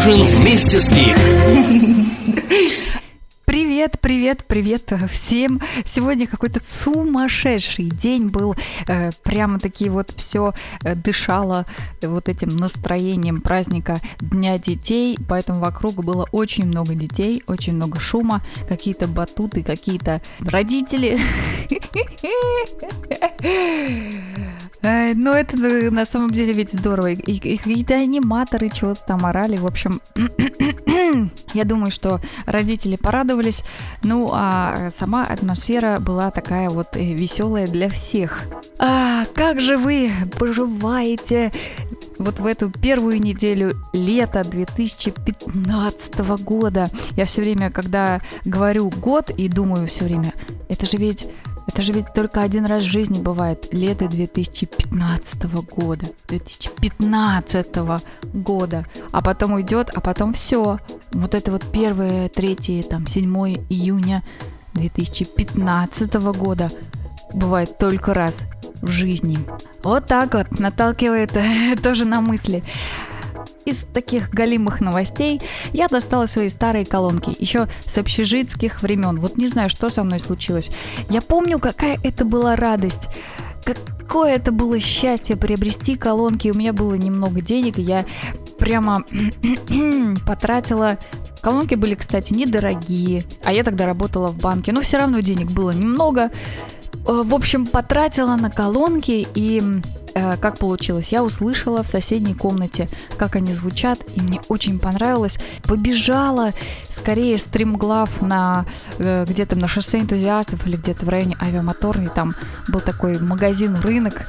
Ужин вместе с Гик. Привет всем. Сегодня какой-то сумасшедший день был. Прямо-таки вот все дышало вот этим настроением праздника Дня детей. Поэтому вокруг было очень много детей, очень много шума. Какие-то батуты, какие-то родители. Но это на самом деле ведь здорово. И какие-то аниматоры чего-то там орали. В общем, я думаю, что родители порадовались. Ну, а сама атмосфера была такая вот веселая для всех. Как же вы поживаете вот в эту первую неделю лета 2015 года? Я все время, когда говорю год, и думаю все время, это же ведь только один раз в жизни бывает. Лето 2015 года. 2015 года. А потом уйдет, а потом все. Вот это вот 1, 3, 7 июня 2015 года бывает только раз в жизни. Вот так вот наталкивает тоже на мысли. Из таких галимых новостей я достала свои старые колонки, еще с общежитских времен. Вот не знаю, что со мной случилось. Я помню, какая это была радость. Какое это было счастье приобрести колонки. У меня было немного денег, и я прямо потратила. Колонки были, кстати, недорогие, а я тогда работала в банке, но все равно денег было немного. В общем, потратила на колонки, и как получилось? Я услышала в соседней комнате, как они звучат, и мне очень понравилось. Побежала скорее стримглав где-то на шоссе энтузиастов или где-то в районе Авиамоторной. Там был такой магазин, рынок,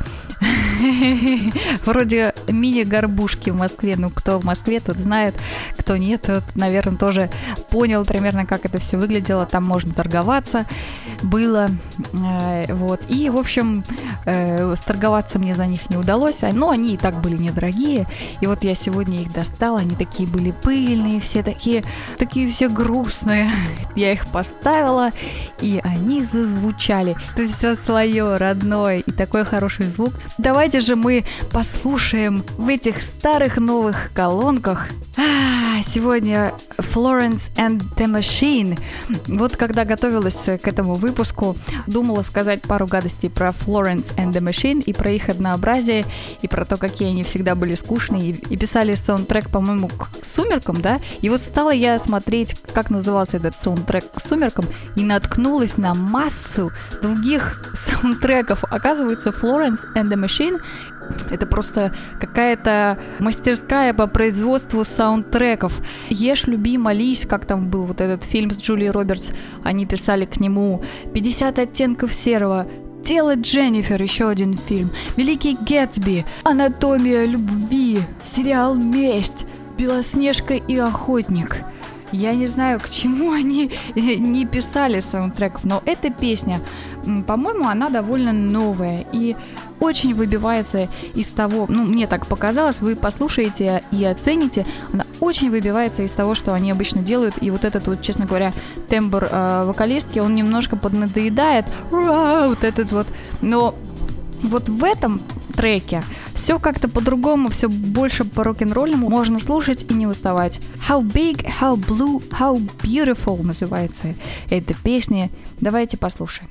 вроде мини-горбушки в Москве. Ну, кто в Москве, тот знает, кто нет, тот, наверное, тоже понял примерно, как это все выглядело. Там можно торговаться было. Вот. И, в общем, сторговаться мне за них не удалось, но они и так были недорогие. И вот я сегодня их достала, они такие были пыльные, все такие все грустные. Я их поставила, и они зазвучали. Это все свое, родное, и такой хороший звук. Давайте же мы послушаем в этих старых новых колонках. Сегодня Florence and the Machine. Вот когда готовилась к этому выпуску, думала сказать пару гадостей про Florence and the Machine и про их однообразие, и про то, какие они всегда были скучные, и писали саундтрек, по-моему, к «Сумеркам», да? И вот стала я смотреть, как назывался этот саундтрек к «Сумеркам», и наткнулась на массу других саундтреков. Оказывается, Florence and the Machine — это просто какая-то мастерская по производству саундтреков. «Ешь, люби, молись», как там был вот этот фильм с Джулией Робертс, они писали к нему. «50 оттенков серого», «Тело Дженнифер», еще один фильм, «Великий Гэтсби», «Анатомия любви», сериал «Месть», «Белоснежка и охотник». Я не знаю, к чему они не писали саундтреков, но эта песня, по-моему, она довольно новая и очень выбивается из того, мне так показалось, вы послушаете и оцените, она очень выбивается из того, что они обычно делают, и вот этот вот, честно говоря, тембр вокалистки, он немножко поднадоедает, вот этот вот, но вот в этом треке все как-то по-другому, все больше по рок-н-ролльному, можно слушать и не уставать. How Big, How Blue, How Beautiful называется эта песня. Давайте послушаем.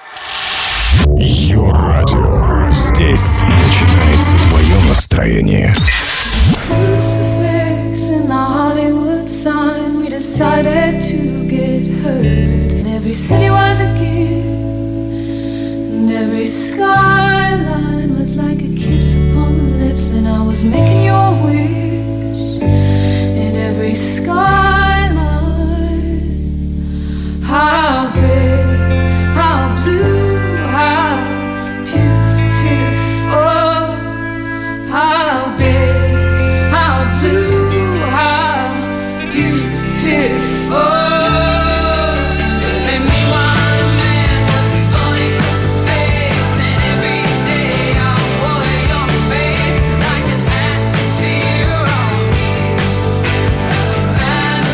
Йо-радио. Здесь начинается твое настроение. Crucifix in the Hollywood sign. We decided to get hurt. And every city was a gift. And every skyline was like a kiss upon the lips. And I was making you a wish. In every skyline. How big, how blue, how beautiful. How big, how blue, how beautiful. And meanwhile, man was falling from space. And every day I wore your face like an atmosphere on me.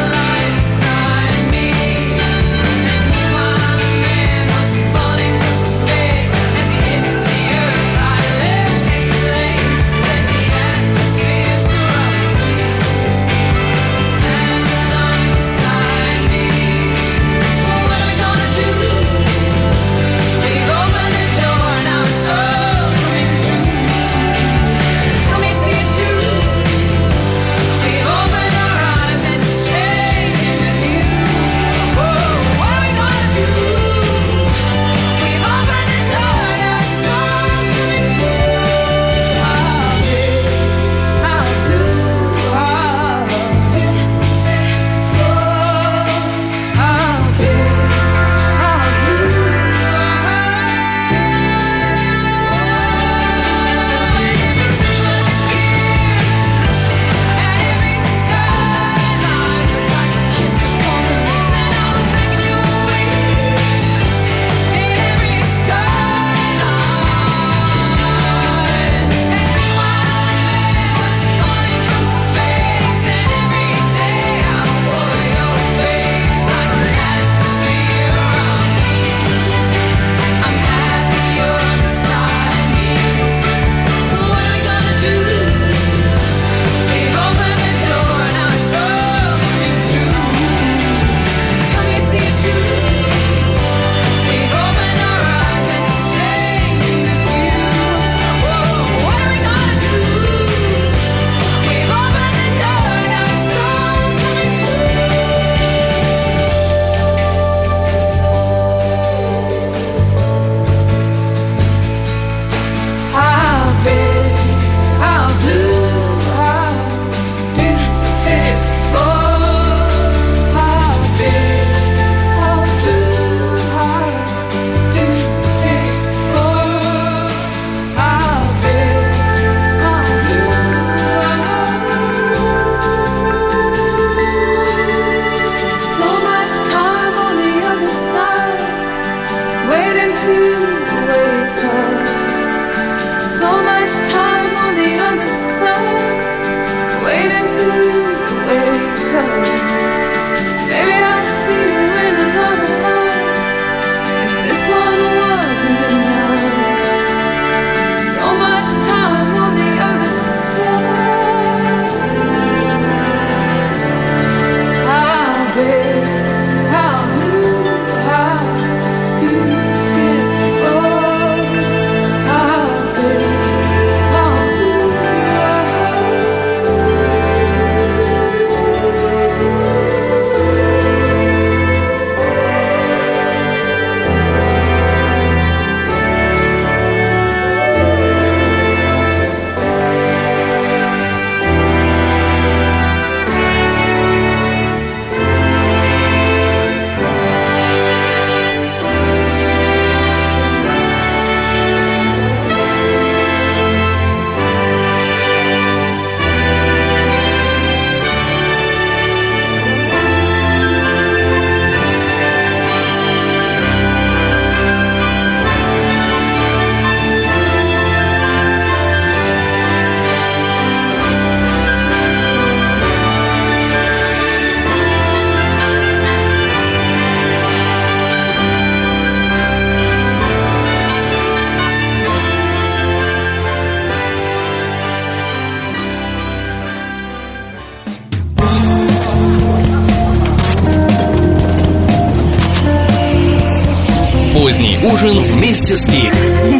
практически.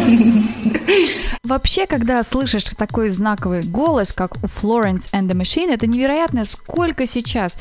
Вообще, когда слышишь такой знаковый голос, как у Florence and the Machine, это невероятно, сколько сейчас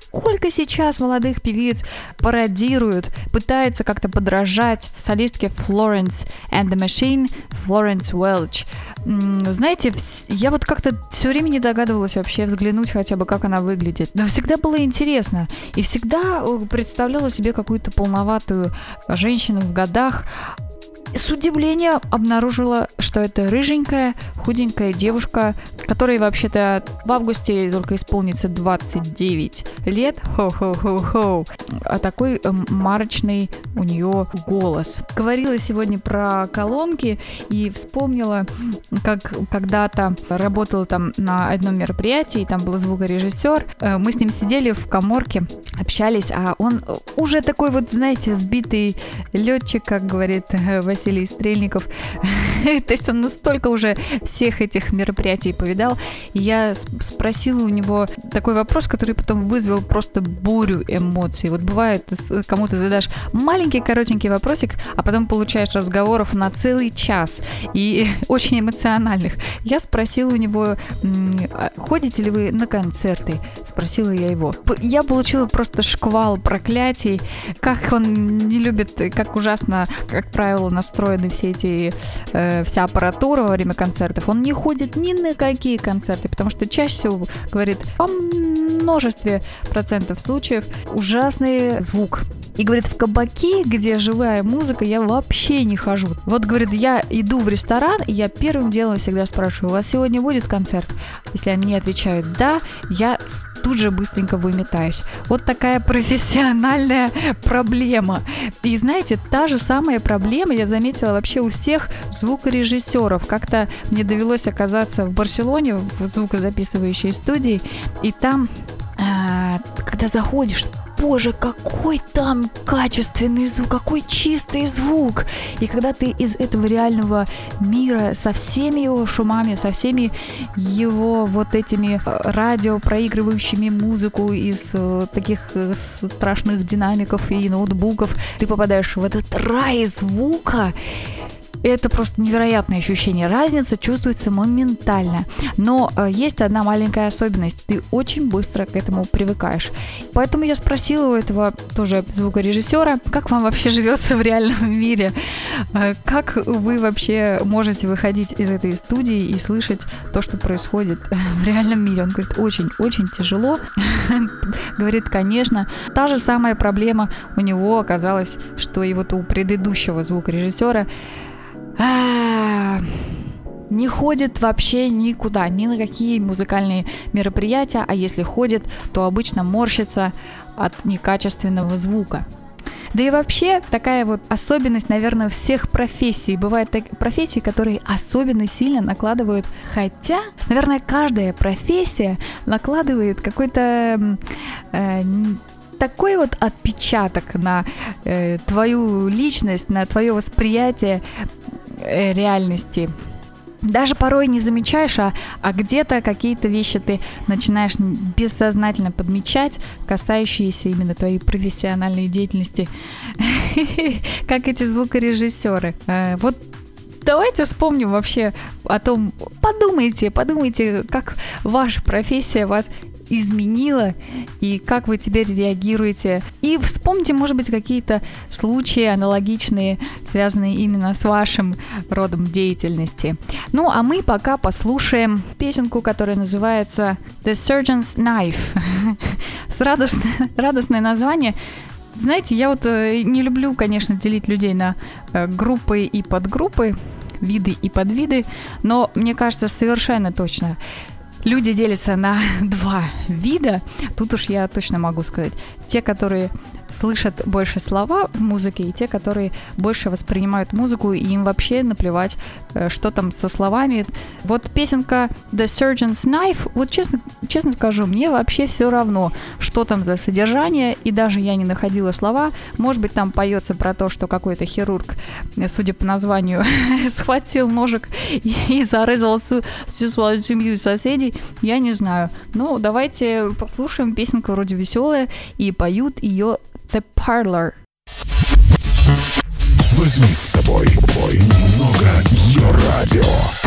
молодых певиц пародируют, пытаются как-то подражать солистке Florence and the Machine, Florence Welch. Знаете, я вот как-то все время не догадывалась вообще взглянуть хотя бы, как она выглядит. Но всегда было интересно. И всегда представляла себе какую-то полноватую женщину в годах. С удивлением обнаружила, что это рыженькая, худенькая девушка, которой вообще-то в августе только исполнится 29 лет. Хо-хо-хо-хо. А такой марочный у нее голос. Говорила сегодня про колонки и вспомнила, как когда-то работала там на одном мероприятии, там был звукорежиссер. Мы с ним сидели в каморке, общались, а он уже такой вот, знаете, сбитый летчик, как говорит Василий Стрельников. То есть он настолько уже всех этих мероприятий повидал. И я спросила у него такой вопрос, который потом вызвал просто бурю эмоций. Вот бывает, кому-то задашь маленький коротенький вопросик, а потом получаешь разговоров на целый час. И очень эмоциональных. Я спросила у него, ходите ли вы на концерты? Спросила я его. Я получила просто шквал проклятий, как он не любит, как ужасно, как правило, настроены все эти, вся аппаратура во время концертов. Он не ходит ни на какие концерты, потому что чаще всего, говорит, по множестве процентов случаев ужасный звук. И, говорит, в кабаки, где живая музыка, я вообще не хожу. Вот, говорит, я иду в ресторан, и я первым делом всегда спрашиваю, у вас сегодня будет концерт? Если они мне отвечают «да», я тут же быстренько выметаюсь. Вот такая профессиональная проблема. И знаете, та же самая проблема я заметила вообще у всех звукорежиссеров. Как-то мне довелось оказаться в Барселоне, в звукозаписывающей студии, и там, когда заходишь, боже, какой там качественный звук, какой чистый звук. И когда ты из этого реального мира со всеми его шумами, со всеми его вот этими радио, проигрывающими музыку из таких страшных динамиков и ноутбуков, ты попадаешь в этот рай звука, это просто невероятное ощущение. Разница чувствуется моментально. Но есть одна маленькая особенность. Ты очень быстро к этому привыкаешь. Поэтому я спросила у этого тоже звукорежиссера, как вам вообще живется в реальном мире? Как вы вообще можете выходить из этой студии и слышать то, что происходит в реальном мире? Он говорит, очень-очень тяжело. Говорит, конечно. Та же самая проблема у него оказалась, что и вот у предыдущего звукорежиссера. Не ходит вообще никуда, ни на какие музыкальные мероприятия, а если ходит, то обычно морщится от некачественного звука. Да и вообще такая вот особенность, наверное, всех профессий. Бывают профессии, которые особенно сильно накладывают, хотя, наверное, каждая профессия накладывает какой-то такой вот отпечаток на твою личность, на твое восприятие реальности. Даже порой не замечаешь, а где-то какие-то вещи ты начинаешь бессознательно подмечать, касающиеся именно твоей профессиональной деятельности, как эти звукорежиссеры. Вот давайте вспомним вообще о том, подумайте, как ваша профессия вас изменила и как вы теперь реагируете. И вспомните, может быть, какие-то случаи аналогичные, связанные именно с вашим родом деятельности. Ну, а мы пока послушаем песенку, которая называется The Surgeon's Knife. Радостное название. Знаете, я вот не люблю, конечно, делить людей на группы и подгруппы, виды и подвиды, но мне кажется, совершенно точно люди делятся на два вида. Тут уж я точно могу сказать. Те, которые слышат больше слова в музыке, и те, которые больше воспринимают музыку, и им вообще наплевать, что там со словами. Вот песенка The Surgeon's Knife, вот честно скажу, мне вообще все равно, что там за содержание, и даже я не находила слова. Может быть, там поется про то, что какой-то хирург, судя по названию, схватил ножик и зарезал всю свою семью и соседей. Я не знаю. Ну, давайте послушаем. Песенка вроде веселая, и поют ее The Parlor. В Возьми с собой немного Йо-радио.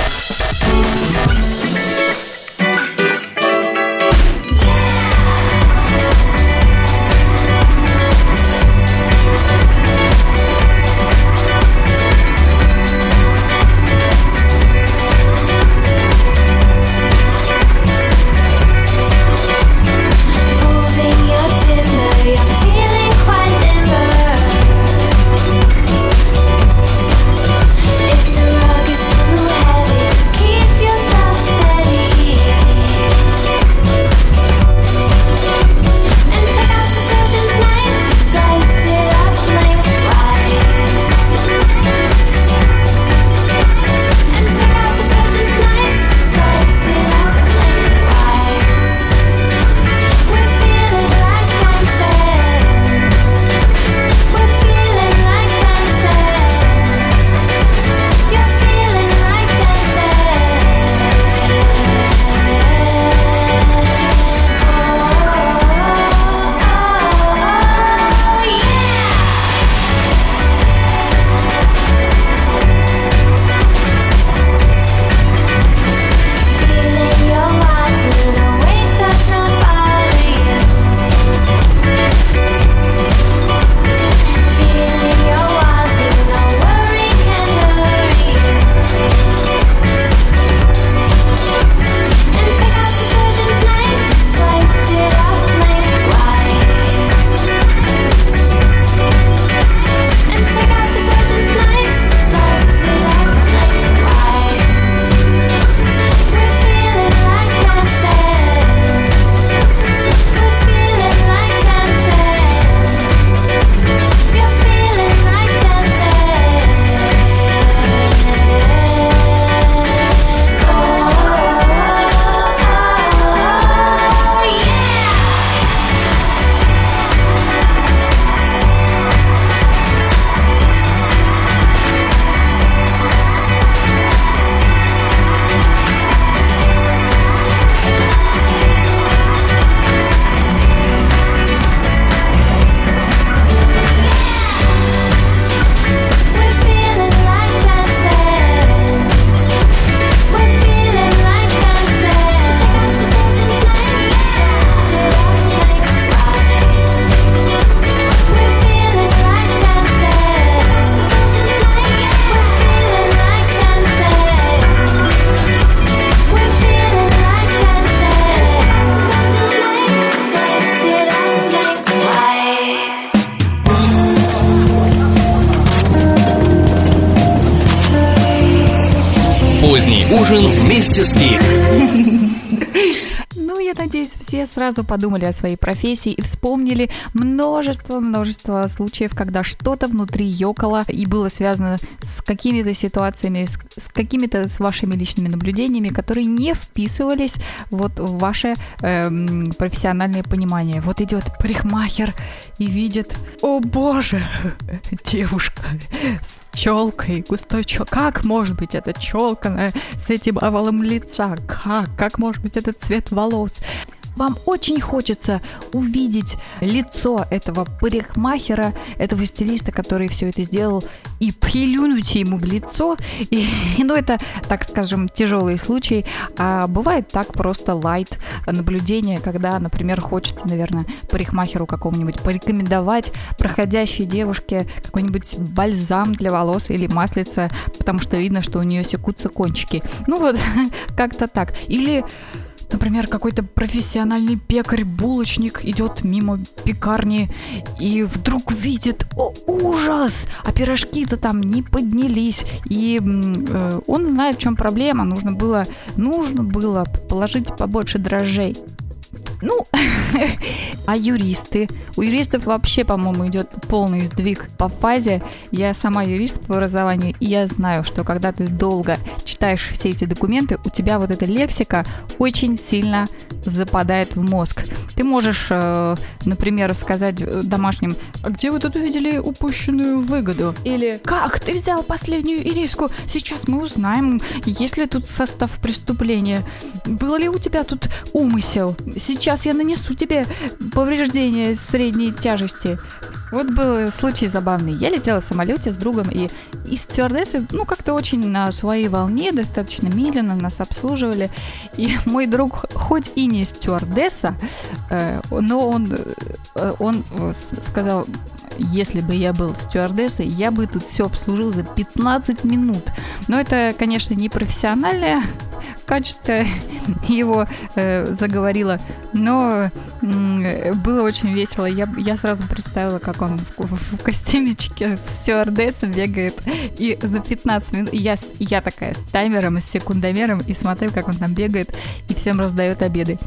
Поздний ужин вместе с Гик. Ну, я надеюсь, все сразу подумали о своей профессии и вспомнили множество случаев, когда что-то внутри ёкало и было связано с какими-то ситуациями, с какими-то с вашими личными наблюдениями, которые не вписывались вот в ваше профессиональное понимание. Вот идет парикмахер и видит: о боже, девушка с челкой, густой челкой. Как может быть эта челка с этим овалом лица? Как может быть этот цвет волос? Вам очень хочется увидеть лицо этого парикмахера, этого стилиста, который все это сделал, и плюнуть ему в лицо. Ну, это, так скажем, тяжелый случай. А бывает так просто лайт наблюдение, когда, например, хочется, наверное, парикмахеру какому-нибудь порекомендовать проходящей девушке какой-нибудь бальзам для волос или маслице, потому что видно, что у нее секутся кончики. Ну вот, как-то так. Или... Например, какой-то профессиональный пекарь-булочник идет мимо пекарни и вдруг видит: о, ужас! А пирожки-то там не поднялись. И он знает, в чем проблема. Нужно было положить побольше дрожжей. Ну, а юристы? У юристов вообще, по-моему, идет полный сдвиг по фазе. Я сама юрист по образованию, и я знаю, что когда ты долго читаешь все эти документы, у тебя вот эта лексика очень сильно западает в мозг. Ты можешь, например, сказать домашним: а где вы тут увидели упущенную выгоду? Или: как ты взял последнюю ириску? Сейчас мы узнаем, есть ли тут состав преступления. Был ли у тебя тут умысел? Сейчас сейчас я нанесу тебе повреждение средней тяжести. Вот был случай забавный. Я летела в самолете с другом, и стюардессы, как-то очень на своей волне, достаточно медленно нас обслуживали. И мой друг, хоть и не стюардесса, но он сказал: если бы я был стюардессой, я бы тут все обслужил за 15 минут. Но это, конечно, не профессиональное качество его заговорило, но было очень весело. Я сразу представила, как он в костюмечке с стюардессом бегает, и за 15 минут я такая с таймером, с секундомером, и смотрю, как он там бегает и всем раздает обеды.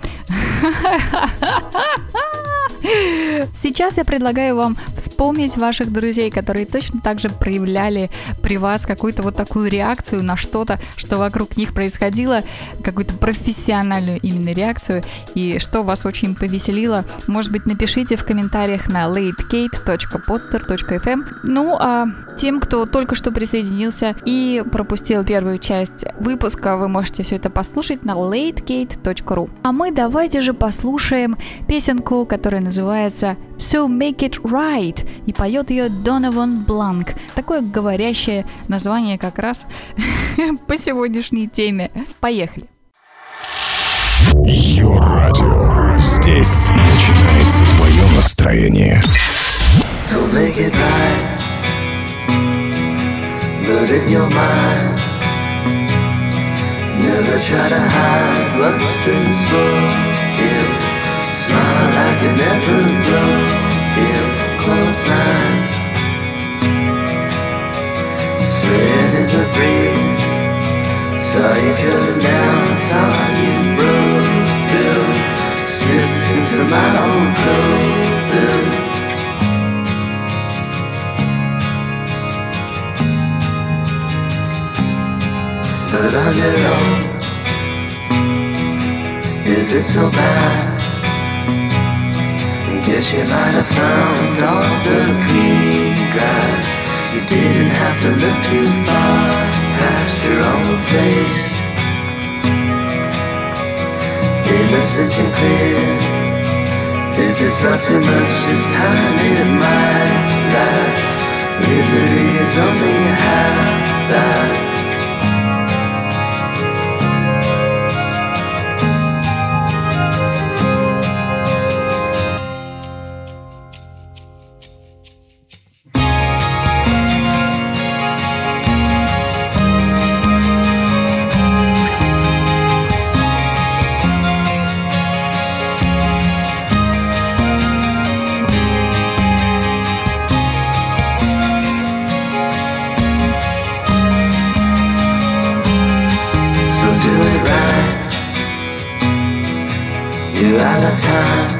Сейчас я предлагаю вам вспомнить ваших друзей, которые точно так же проявляли при вас какую-то вот такую реакцию на что-то, что вокруг них происходило, какую-то профессиональную именно реакцию, и что вас очень повеселило. Может быть, напишите в комментариях на latecate.podster.fm. Ну, а тем, кто только что присоединился и пропустил первую часть выпуска, вы можете все это послушать на latecate.ru. А мы давайте же послушаем песенку, которая называется So Make It Right, и поет ее Donovan Blanc. Такое говорящее название как раз по сегодняшней теме. Поехали. Йо-радио. Здесь начинается твое настроение. So make it right, but in your mind, never try to hide what's been spoken. Smile like it never broken. Close lines, swaying in the breeze. Saw you turn down, saw you broken. Slipped into my own clothing. But on your own, is it so bad? Guess you might have found all the green grass. You didn't have to look too far past your own face. Innocent and clear. If it's not too much this time, it might last. Misery is only half that. You're out of time.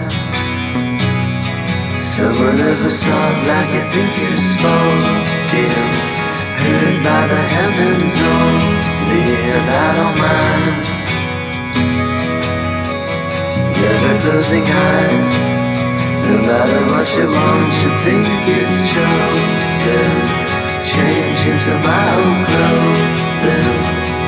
Someone ever soft like you think you're spoken. Heard by the heavens only, and I don't mind. Never closing eyes. No matter what you want, you think it's chosen. Change into my own clothing.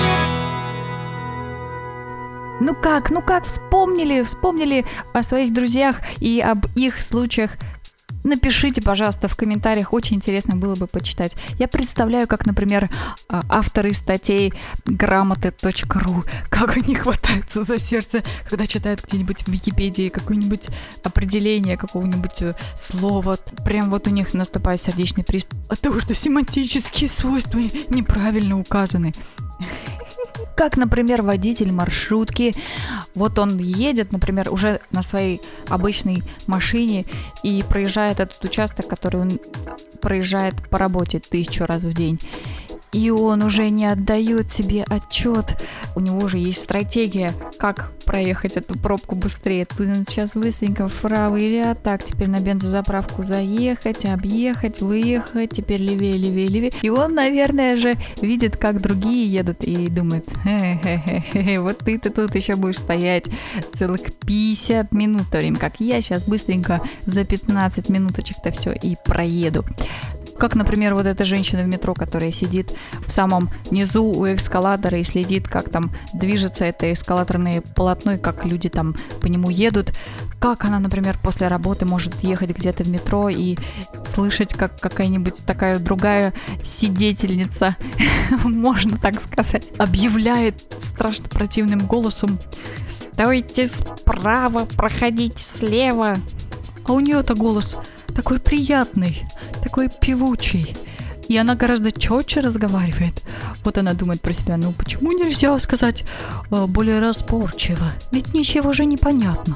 Ну как, вспомнили о своих друзьях и об их случаях. Напишите, пожалуйста, в комментариях, очень интересно было бы почитать. Я представляю, как, например, авторы статей грамоты.ру, как они хватаются за сердце, когда читают где-нибудь в Википедии какое-нибудь определение какого-нибудь слова. Прям вот у них наступает сердечный приступ от того, что семантические свойства неправильно указаны. Как, например, водитель маршрутки. Вот он едет, например, уже на своей обычной машине и проезжает этот участок, который он проезжает по работе 1000 раз в день. И он уже не отдает себе отчет. У него уже есть стратегия, как проехать эту пробку быстрее. Сейчас быстренько вправо или так. Теперь на бензозаправку заехать, объехать, выехать. Теперь левее. И он, наверное же, видит, как другие едут и думает: вот ты тут еще будешь стоять целых 50 минут, в то время как я сейчас быстренько за 15 минуточек-то все и проеду. Как, например, вот эта женщина в метро, которая сидит в самом низу у эскалатора и следит, как там движется это эскалаторное полотно, и как люди там по нему едут. Как она, например, после работы может ехать где-то в метро и слышать, как какая-нибудь такая другая сидетельница, можно так сказать, объявляет страшно противным голосом: «Стойте справа, проходите слева». А у нее-то голос такой приятный, такой певучий. И она гораздо четче разговаривает. Вот она думает про себя: ну почему нельзя сказать более разборчиво? Ведь ничего же не понятно.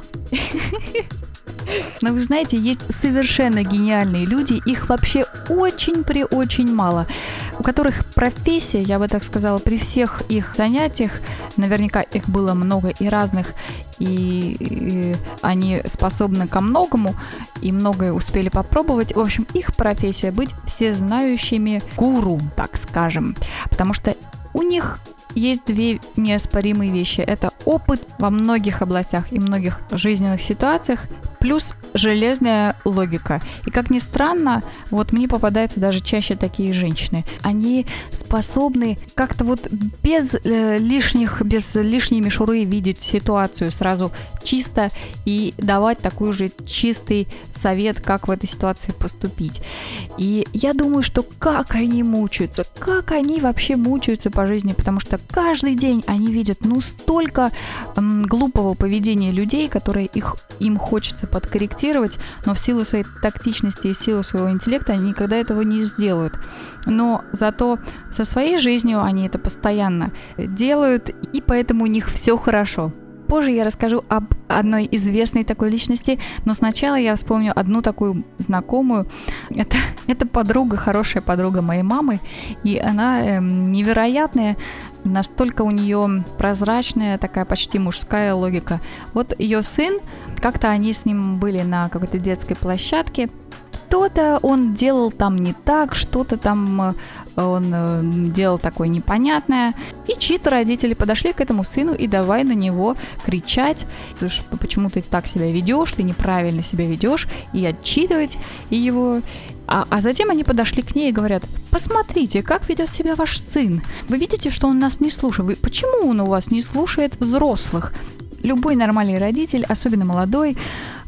Но вы знаете, есть совершенно гениальные люди, их вообще очень мало, у которых профессия, я бы так сказала, при всех их занятиях, наверняка их было много и разных, и они способны ко многому, и многое успели попробовать. В общем, их профессия — быть всезнающими гуру, так скажем, потому что у них есть две неоспоримые вещи. Это опыт во многих областях и многих жизненных ситуациях, плюс железная логика. И как ни странно, вот мне попадаются даже чаще такие женщины. Они способны как-то вот без лишней мишуры видеть ситуацию сразу чисто и давать такой же чистый совет, как в этой ситуации поступить. И я думаю, что как они вообще мучаются по жизни, потому что каждый день они видят столько глупого поведения людей, которые им хочется подкорректировать, но в силу своей тактичности и силу своего интеллекта они никогда этого не сделают. Но зато со своей жизнью они это постоянно делают, и поэтому у них все хорошо. Позже я расскажу об одной известной такой личности, но сначала я вспомню одну такую знакомую. Это подруга, хорошая подруга моей мамы, и она невероятная, настолько у нее прозрачная, такая почти мужская логика. Вот ее сын, как-то они с ним были на какой-то детской площадке, что-то он делал там не так, что-то там он делал такое непонятное. И чьи-то родители подошли к этому сыну и давай на него кричать: почему ты так себя ведешь, ты неправильно себя ведешь, и отчитывать его. А затем они подошли к ней и говорят: посмотрите, как ведет себя ваш сын. Вы видите, что он нас не слушает. Почему он у вас не слушает взрослых? Любой нормальный родитель, особенно молодой,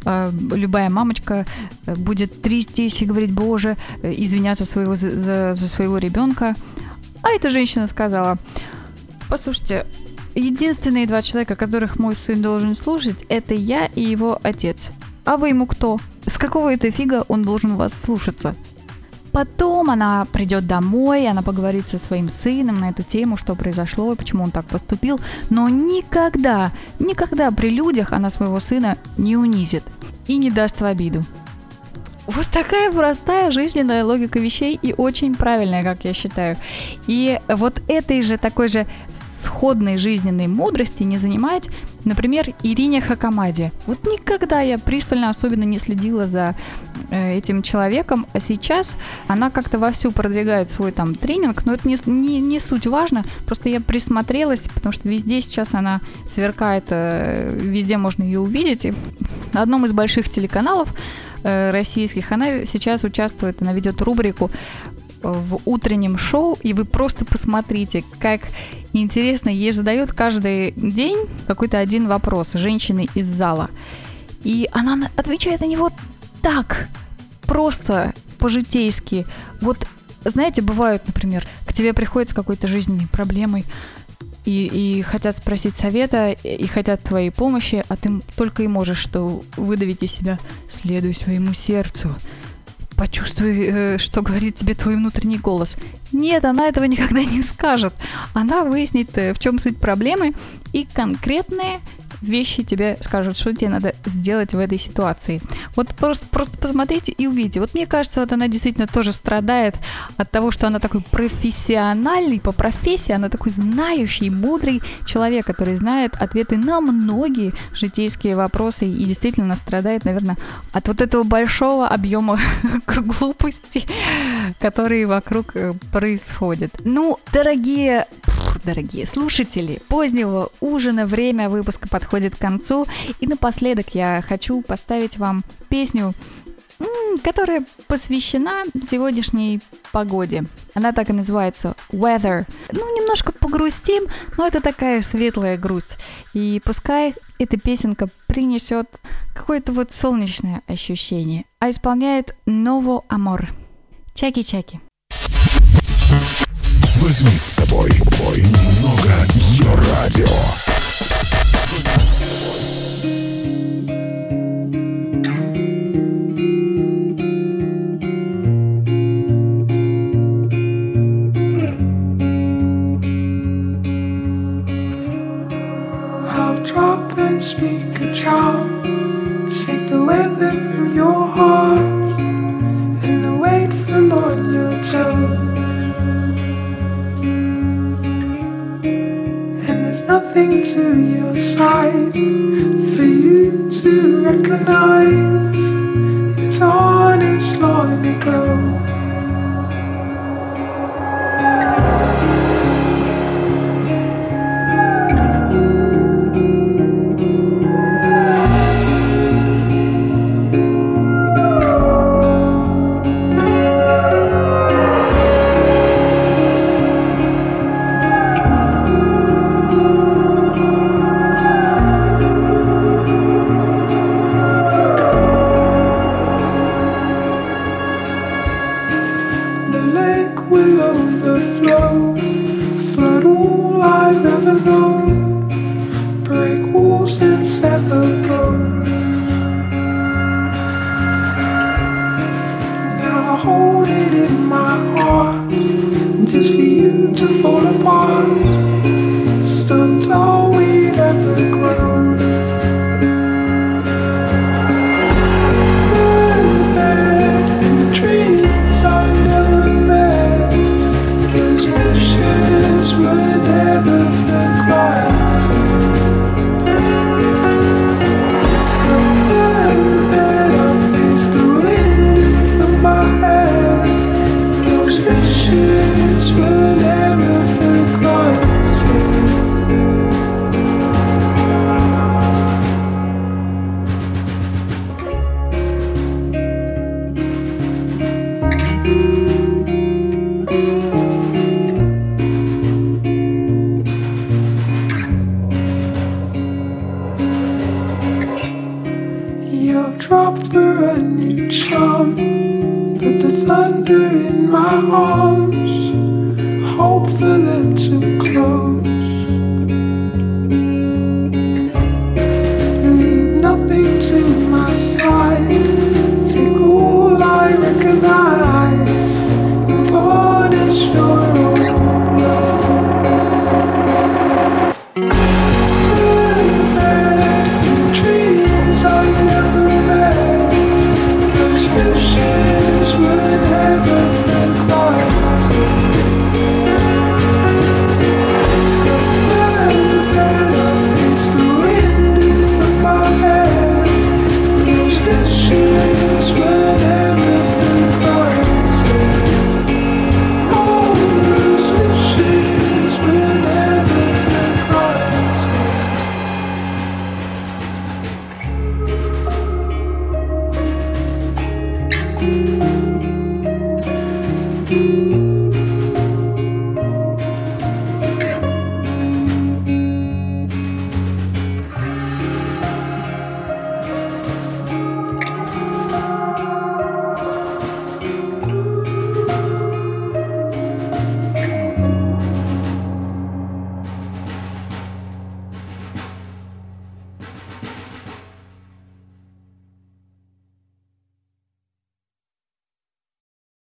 любая мамочка будет трястись и говорить: боже, извиняться за своего ребенка. А эта женщина сказала: послушайте, единственные два человека, которых мой сын должен слушать, это я и его отец. А вы ему кто? С какого это фига он должен вас слушаться? Потом она придет домой, она поговорит со своим сыном на эту тему, что произошло и почему он так поступил, но никогда при людях она своего сына не унизит и не даст в обиду. Вот такая простая жизненная логика вещей и очень правильная, как я считаю. И вот этой же такой же сходной жизненной мудрости не занимать, например, Ирине Хакамаде. Вот никогда я пристально особенно не следила за этим человеком, а сейчас она как-то вовсю продвигает свой там тренинг, но это не суть важно, просто я присмотрелась, потому что везде сейчас она сверкает, везде можно ее увидеть. И на одном из больших телеканалов российских она сейчас участвует, она ведет рубрику в утреннем шоу, и вы просто посмотрите, как интересно, ей задают каждый день какой-то один вопрос женщины из зала, и она отвечает на него так, просто по-житейски. Вот, знаете, бывает, например, к тебе приходят с какой-то жизненной проблемой и хотят спросить совета, и хотят твоей помощи, а ты только и можешь что выдавить из себя: следуй своему сердцу. Почувствуй, что говорит тебе твой внутренний голос. Нет, она этого никогда не скажет. Она выяснит, в чем суть проблемы, и конкретные вещи тебе скажут, что тебе надо сделать в этой ситуации. Вот просто посмотрите и увидите. Вот мне кажется, вот она действительно тоже страдает от того, что она такой профессиональный по профессии, она такой знающий, мудрый человек, который знает ответы на многие житейские вопросы и действительно страдает, наверное, от вот этого большого объема глупости, которые вокруг происходят. Ну, дорогие слушатели, позднего ужина, время выпуска подходит к концу. И напоследок я хочу поставить вам песню которая посвящена сегодняшней погоде. Она так и называется Weather. Немножко погрустим, но это такая светлая грусть. И пускай эта песенка принесет какое-то вот солнечное ощущение. А исполняет Novo Amor. Чаки-чаки. Возьми с собой немного Йо-радио. Speak a charm, take the weather from your heart and the weight from on your toes. And there's nothing to your side for you to recognize. It's honest long ago. Put the thunder in my arms, hope for them to